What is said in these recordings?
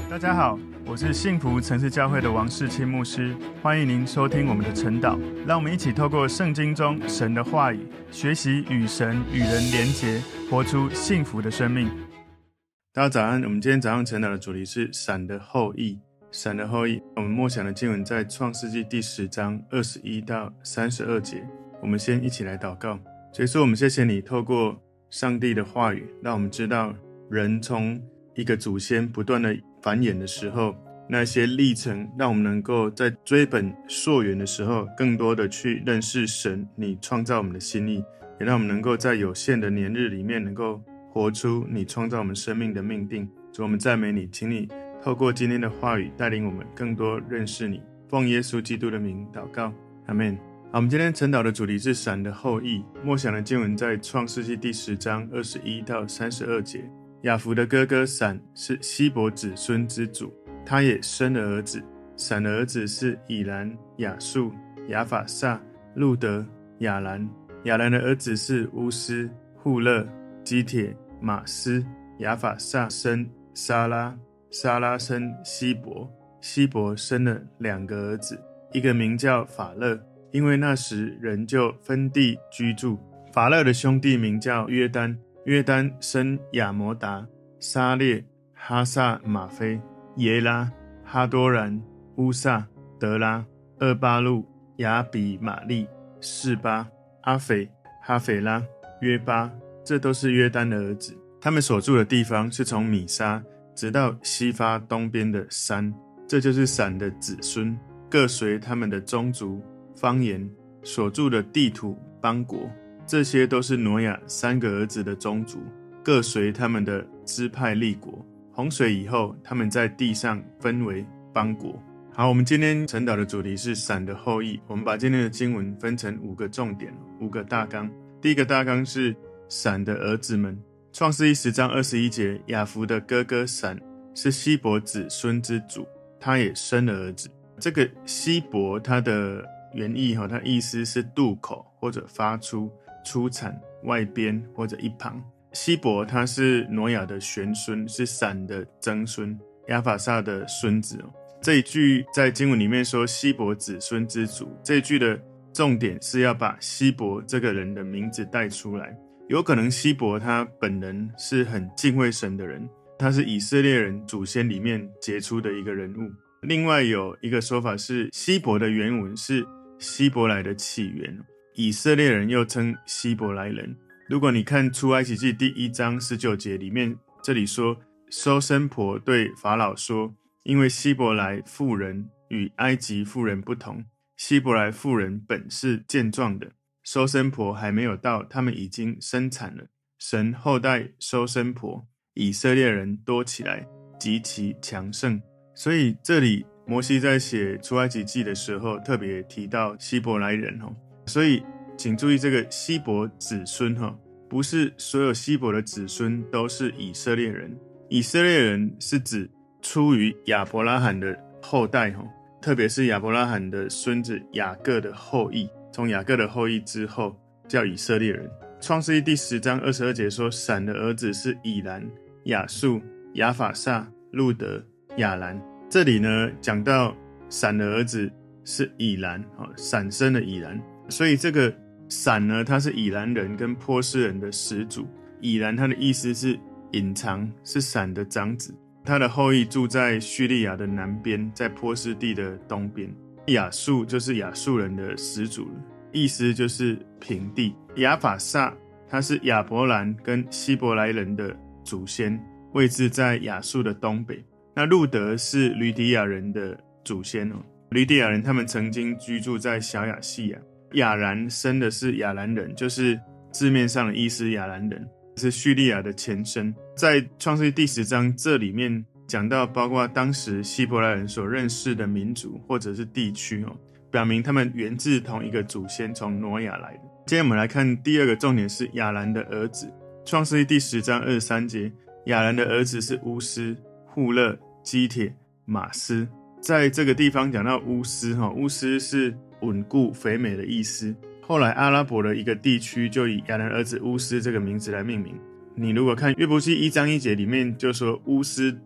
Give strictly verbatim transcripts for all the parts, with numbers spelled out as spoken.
大家好，我是幸福城市教会的王世清牧师，欢迎您收听我们的晨祷。让我们一起透过圣经中神的话语，学习与神与人连结，活出幸福的生命。大家早安，我们今天早上晨祷的主题是闪的后裔。闪的后裔，我们默想的经文在创世纪第十章二十一到三十二节。我们先一起来祷告。主耶稣，我们谢谢你透过上帝的话语，让我们知道人从一个祖先不断的繁衍的时候，那些历程让我们能够在追本溯源的时候，更多的去认识神你创造我们的心意，也让我们能够在有限的年日里面能够活出你创造我们生命的命定。主，我们赞美你，请你透过今天的话语带领我们更多认识你，奉耶稣基督的名祷告，阿们。好，我们今天晨祷的主题是闪的后裔。默想的经文在创世纪第十章二十一到三十二节。雅弗的哥哥闪是希伯子孙之祖，他也生了儿子。闪的儿子是以兰、亚述、亚法萨、路德、亚兰。亚兰的儿子是乌斯、户勒、基帖、马斯。亚法萨生沙拉，沙拉生希伯。希伯生了两个儿子，一个名叫法勒，因为那时人就分地居住。法勒的兄弟名叫约丹，约丹生亚摩达、沙列、哈萨马菲、耶拉、哈多然、乌萨、德拉、厄巴路、亚比玛利、示巴、阿斐、哈斐拉、约巴，这都是约丹的儿子。他们所住的地方是从米沙直到西法东边的山，这就是闪的子孙，各随他们的宗族、方言、所住的地土、邦国。这些都是挪亚三个儿子的宗族，各随他们的支派立国。洪水以后，他们在地上分为邦国。好，我们今天晨祷的主题是闪的后裔。我们把今天的经文分成五个重点，五个大纲。第一个大纲是闪的儿子们。创世记十章二十一节，雅弗的哥哥闪是希伯子孙之祖，他也生了儿子。这个希伯他的原意，他意思是渡口或者发出、出产、外边或者一旁。希伯他是挪亚的玄孙，是闪的曾孙，亚法萨的孙子。这一句在经文里面说希伯子孙之祖，这一句的重点是要把希伯这个人的名字带出来。有可能希伯他本人是很敬畏神的人，他是以色列人祖先里面杰出的一个人物。另外有一个说法是希伯的原文是希伯来的起源，以色列人又称希伯来人。如果你看出埃及记第一章十九节里面，这里说收生婆对法老说，因为希伯来妇人与埃及妇人不同，希伯来妇人本是健壮的，收生婆还没有到，他们已经生产了。神后代收生婆，以色列人多起来，极其强盛。所以这里摩西在写出埃及记的时候特别提到希伯来人。所以请注意这个希伯子孙，不是所有希伯的子孙都是以色列人。以色列人是指出于亚伯拉罕的后代，特别是亚伯拉罕的孙子雅各的后裔，从雅各的后裔之后叫以色列人。创世记第十章二十二节说，闪的儿子是以兰、亚述、亚法萨、路德、亚兰。这里呢讲到闪的儿子是以兰，闪生的以兰，所以这个闪呢，他是以兰人跟波斯人的始祖。以兰他的意思是隐藏，是闪的长子。他的后裔住在叙利亚的南边，在波斯地的东边。亚述就是亚述人的始祖，意思就是平地。亚法萨他是亚伯兰跟希伯来人的祖先，位置在亚述的东北。那路德是吕底亚人的祖先，吕底亚人他们曾经居住在小亚细亚。亚兰生的是亚兰人，就是字面上的意思，亚兰人是叙利亚的前身。在创世记第十章这里面讲到包括当时希伯来人所认识的民族或者是地区，表明他们源自同一个祖先，从挪亚来的。今天我们来看第二个重点是亚兰的儿子。创世记第十章二十三节，亚兰的儿子是乌斯、户勒、基帖、马斯。在这个地方讲到乌斯，乌斯是稳固肥美的意思。后来阿拉伯的一个地区就以亚兰儿子乌斯这个名字来命名。你如果看约伯记一章一节里面就说乌斯地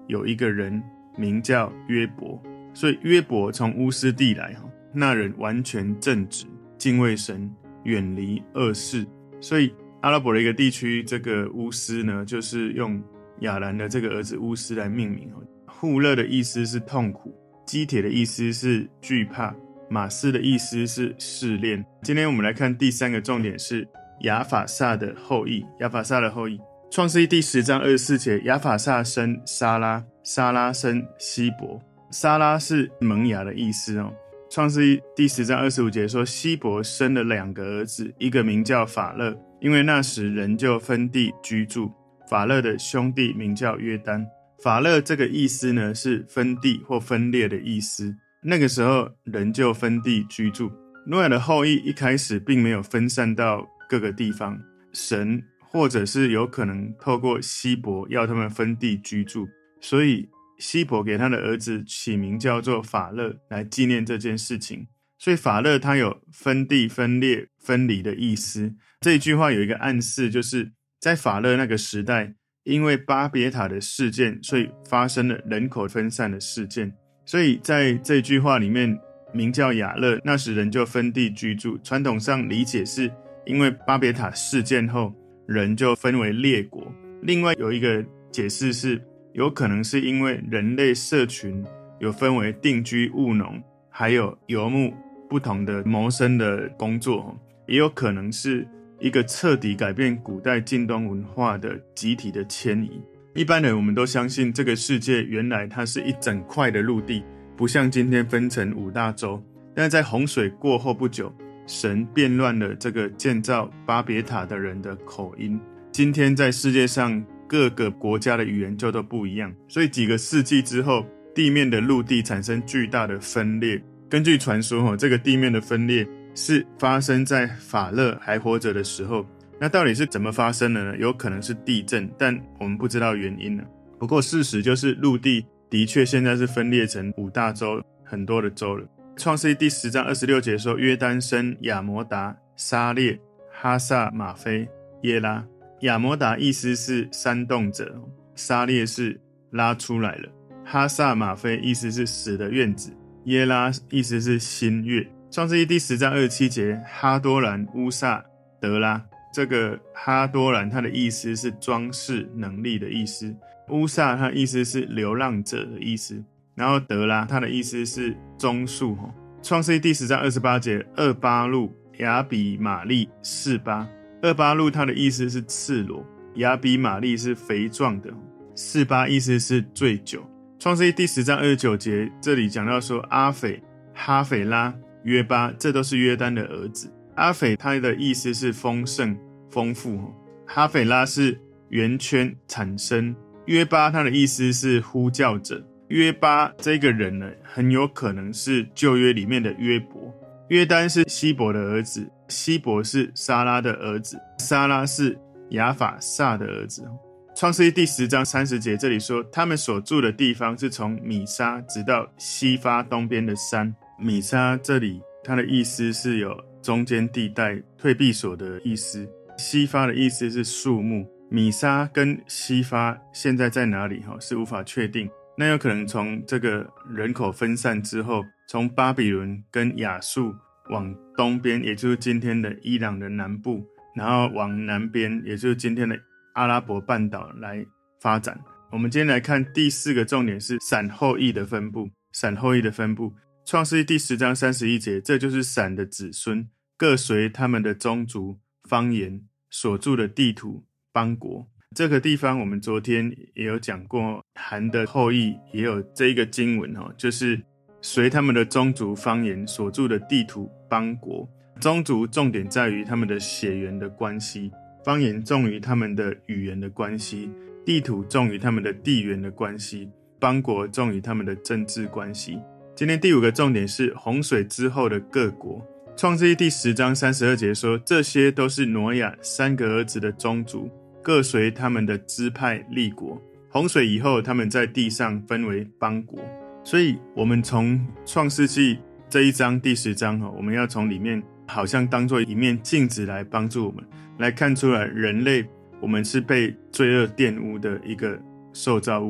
有一个人名叫约伯，所以约伯从乌斯地来，那人完全正直，敬畏神，远离恶事。所以阿拉伯的一个地区，这个乌斯呢，就是用亚兰的这个儿子乌斯来命名。户勒的意思是痛苦，基铁的意思是惧怕，马斯的意思是试炼。今天我们来看第三个重点是亚法萨的后裔。亚法萨的后裔，创世记第十章二十四节，亚法萨生沙拉，沙拉生希伯。沙拉是萌芽的意思哦。创世记第十章二十五节说，希伯生了两个儿子，一个名叫法勒，因为那时人就分地居住。法勒的兄弟名叫约丹。法勒这个意思呢，是分地或分裂的意思。那个时候人就分地居住。诺亚的后裔一开始并没有分散到各个地方，神或者是有可能透过希伯要他们分地居住，所以希伯给他的儿子起名叫做法勒，来纪念这件事情。所以法勒他有分地、分裂、分离的意思。这一句话有一个暗示，就是在法勒那个时代，因为巴别塔的事件，所以发生了人口分散的事件。所以在这句话里面，名叫亚勒，那时人就分地居住。传统上理解是因为巴别塔事件后，人就分为列国。另外有一个解释是，有可能是因为人类社群有分为定居务农，还有游牧不同的谋生的工作，也有可能是一个彻底改变古代近东文化的集体的迁移。一般人我们都相信这个世界原来它是一整块的陆地，不像今天分成五大洲。但是在洪水过后不久，神变乱了这个建造巴别塔的人的口音。今天在世界上各个国家的语言就都不一样，所以几个世纪之后，地面的陆地产生巨大的分裂。根据传说，这个地面的分裂是发生在法勒还活着的时候。那到底是怎么发生的呢？有可能是地震，但我们不知道原因了。不过事实就是陆地的确现在是分裂成五大洲，很多的洲了。创世记第十章二十六节说，约丹生亚摩达、沙列、哈萨马菲、耶拉。亚摩达意思是煽动者，沙列是拉出来了，哈萨马菲意思是死的院子，耶拉意思是新月。创世记第十章二十七节，哈多兰、乌萨、德拉。这个哈多兰它的意思是装饰能力的意思，乌萨它的意思是流浪者的意思，然后德拉它的意思是棕树。创世记第十章二十八节，厄巴路、亚比玛利、示巴。厄巴路它的意思是赤裸，亚比玛利是肥壮的，示巴意思是醉酒。创世记第十章二十九节，这里讲到说，阿斐、哈斐拉、约巴，这都是约丹的儿子。阿斐他的意思是丰盛丰富，哈斐拉是圆圈产生，约巴他的意思是呼叫者。约巴这个人呢，很有可能是旧约里面的约伯。约丹是希伯的儿子，希伯是沙拉的儿子，沙拉是亚法萨的儿子。创世记第十章三十节，这里说他们所住的地方是从米沙直到西法东边的山。米沙这里它的意思是有中间地带退避所的意思，西法的意思是树木。米沙跟西法现在在哪里是无法确定，那有可能从这个人口分散之后，从巴比伦跟亚述往东边，也就是今天的伊朗的南部，然后往南边，也就是今天的阿拉伯半岛来发展。我们今天来看第四个重点是闪后裔的分布。闪后裔的分布，创世记第十章三十一节，这就是闪的子孙，各随他们的宗族、方言、所住的地土、邦国。这个地方我们昨天也有讲过，含的后裔也有这一个经文，就是随他们的宗族、方言、所住的地土、邦国。宗族重点在于他们的血缘的关系，方言重于他们的语言的关系，地土重于他们的地缘的关系，邦国重于他们的政治关系。今天第五个重点是洪水之后的各国。创世记第十章三十二节说，这些都是挪亚三个儿子的宗族，各随他们的支派立国。洪水以后，他们在地上分为邦国。所以我们从创世纪这一章第十章，我们要从里面好像当作一面镜子来帮助我们来看出来，人类我们是被罪恶玷污的一个受造物。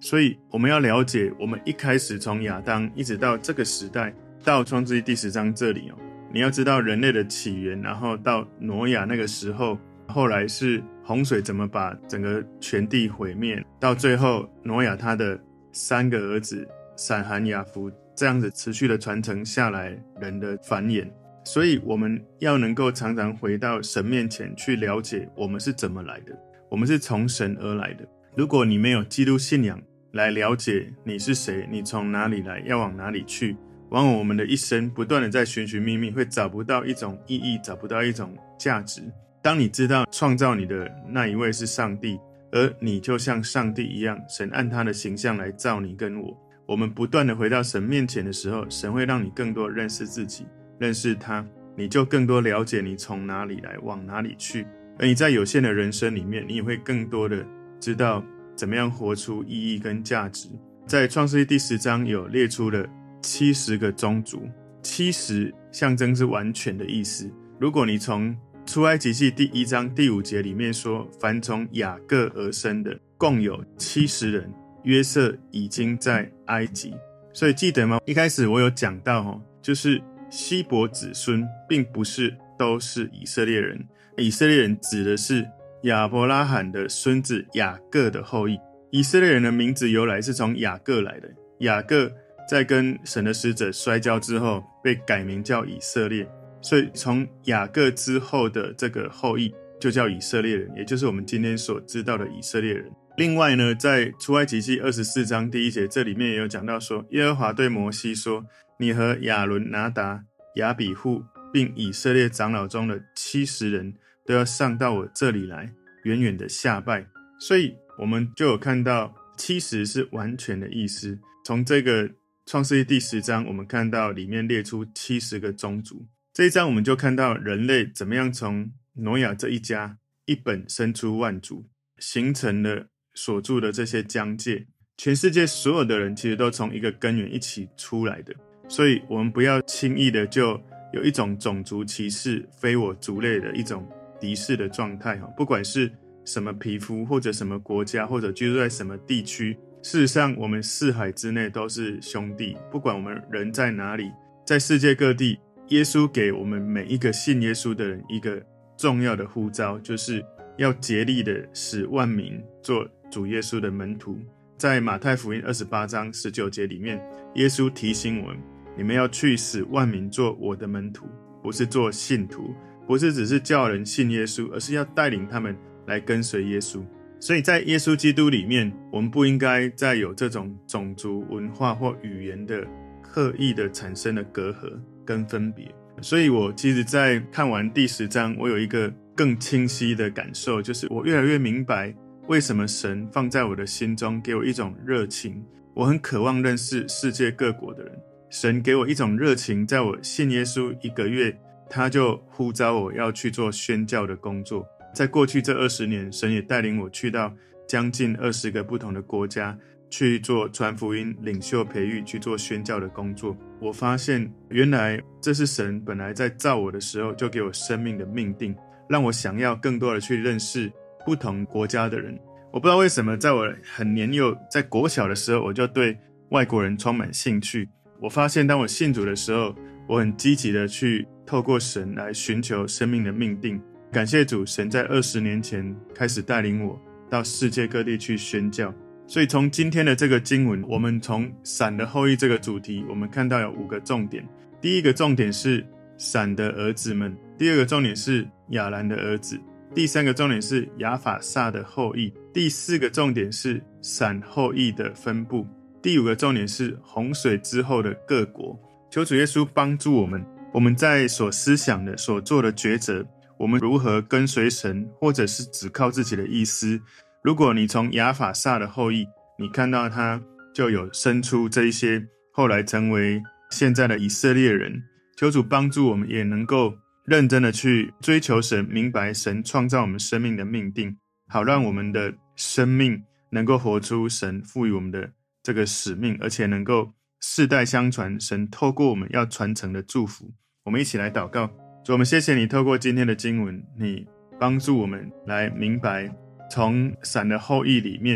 所以我们要了解，我们一开始从亚当一直到这个时代，到创世纪第十章这里哦，你要知道人类的起源，然后到挪亚那个时候，后来是洪水怎么把整个全地毁灭，到最后挪亚他的三个儿子闪含雅弗，这样子持续的传承下来人的繁衍。所以我们要能够常常回到神面前去了解我们是怎么来的，我们是从神而来的。如果你没有基督信仰来了解你是谁，你从哪里来，要往哪里去，往往我们的一生不断的在寻寻觅觅，会找不到一种意义，找不到一种价值。当你知道创造你的那一位是上帝，而你就像上帝一样，神按他的形象来造你跟我，我们不断的回到神面前的时候，神会让你更多认识自己，认识他，你就更多了解你从哪里来，往哪里去。而你在有限的人生里面，你也会更多的知道怎么样活出意义跟价值。在创世纪第十章有列出了七十个宗族，七十象征是完全的意思。如果你从出埃及记第一章第五节里面说，凡从雅各而生的共有七十人，约瑟已经在埃及。所以记得吗？一开始我有讲到，就是希伯子孙并不是都是以色列人，以色列人指的是亚伯拉罕的孙子雅各的后裔。以色列人的名字由来是从雅各来的，雅各在跟神的使者摔跤之后被改名叫以色列，所以从雅各之后的这个后裔就叫以色列人，也就是我们今天所知道的以色列人。另外呢，在出埃及记二十四章第一节，这里面也有讲到说，耶和华对摩西说，你和亚伦、拿达、亚比户并以色列长老中的七十人都要上到我这里来，远远的下拜。所以我们就有看到七十是完全的意思。从这个创世记第十章，我们看到里面列出七十个宗族。这一章我们就看到人类怎么样从挪亚这一家一本生出万族，形成了所住的这些疆界。全世界所有的人其实都从一个根源一起出来的，所以我们不要轻易的就有一种种族歧视、非我族类的一种敌视的状态。不管是什么皮肤，或者什么国家，或者居住在什么地区，事实上我们四海之内都是兄弟。不管我们人在哪里，在世界各地，耶稣给我们每一个信耶稣的人一个重要的呼召，就是要竭力的使万民做主耶稣的门徒。在马太福音二十八章十九节里面，耶稣提醒我们，你们要去使万民做我的门徒，不是做信徒，不是只是叫人信耶稣，而是要带领他们来跟随耶稣。所以在耶稣基督里面，我们不应该再有这种种族文化或语言的刻意的产生的隔阂跟分别。所以我其实在看完第十章，我有一个更清晰的感受，就是我越来越明白为什么神放在我的心中给我一种热情，我很渴望认识世界各国的人。神给我一种热情，在我信耶稣一个月，他就呼召我要去做宣教的工作。在过去这二十年，神也带领我去到将近二十个不同的国家，去做传福音、领袖培育，去做宣教的工作。我发现原来这是神本来在造我的时候就给我生命的命定，让我想要更多的去认识不同国家的人。我不知道为什么在我很年幼，在国小的时候，我就对外国人充满兴趣。我发现当我信主的时候，我很积极的去透过神来寻求生命的命定。感谢主，神在二十年前开始带领我到世界各地去宣教。所以从今天的这个经文，我们从闪的后裔这个主题，我们看到有五个重点。第一个重点是闪的儿子们，第二个重点是亚兰的儿子，第三个重点是亚法萨的后裔，第四个重点是闪后裔的分布，第五个重点是洪水之后的各国。求主耶稣帮助我们，我们在所思想的、所做的抉择，我们如何跟随神，或者是只靠自己的意思。如果你从亚法萨的后裔，你看到他就有生出这一些后来成为现在的以色列人，求主帮助我们也能够认真的去追求神，明白神创造我们生命的命定，好让我们的生命能够活出神赋予我们的这个使命，而且能够世代相传，神透过我们要传承的祝福。我们一起来祷告。主，我们谢谢你透过今天的经文，你帮助我们来明白从闪的后裔里面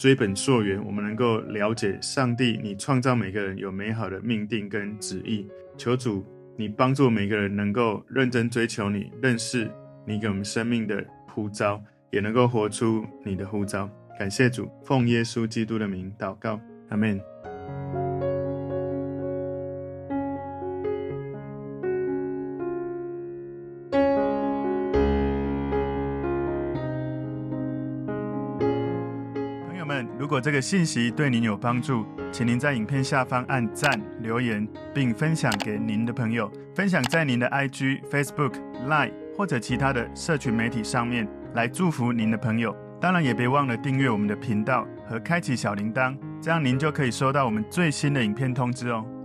追本溯源，我们能够了解上帝你创造每个人有美好的命定跟旨意。求主你帮助每个人能够认真追求你，认识你给我们生命的呼召，也能够活出你的呼召。感谢主，奉耶稣基督的名祷告，阿们。朋友们，如果这个信息对您有帮助，请您在影片下方按赞、留言，并分享给您的朋友，分享在您的 I G、Facebook、Line 或者其他的社群媒体上面，来祝福您的朋友。当然也别忘了订阅我们的频道和开启小铃铛，这样您就可以收到我们最新的影片通知哦。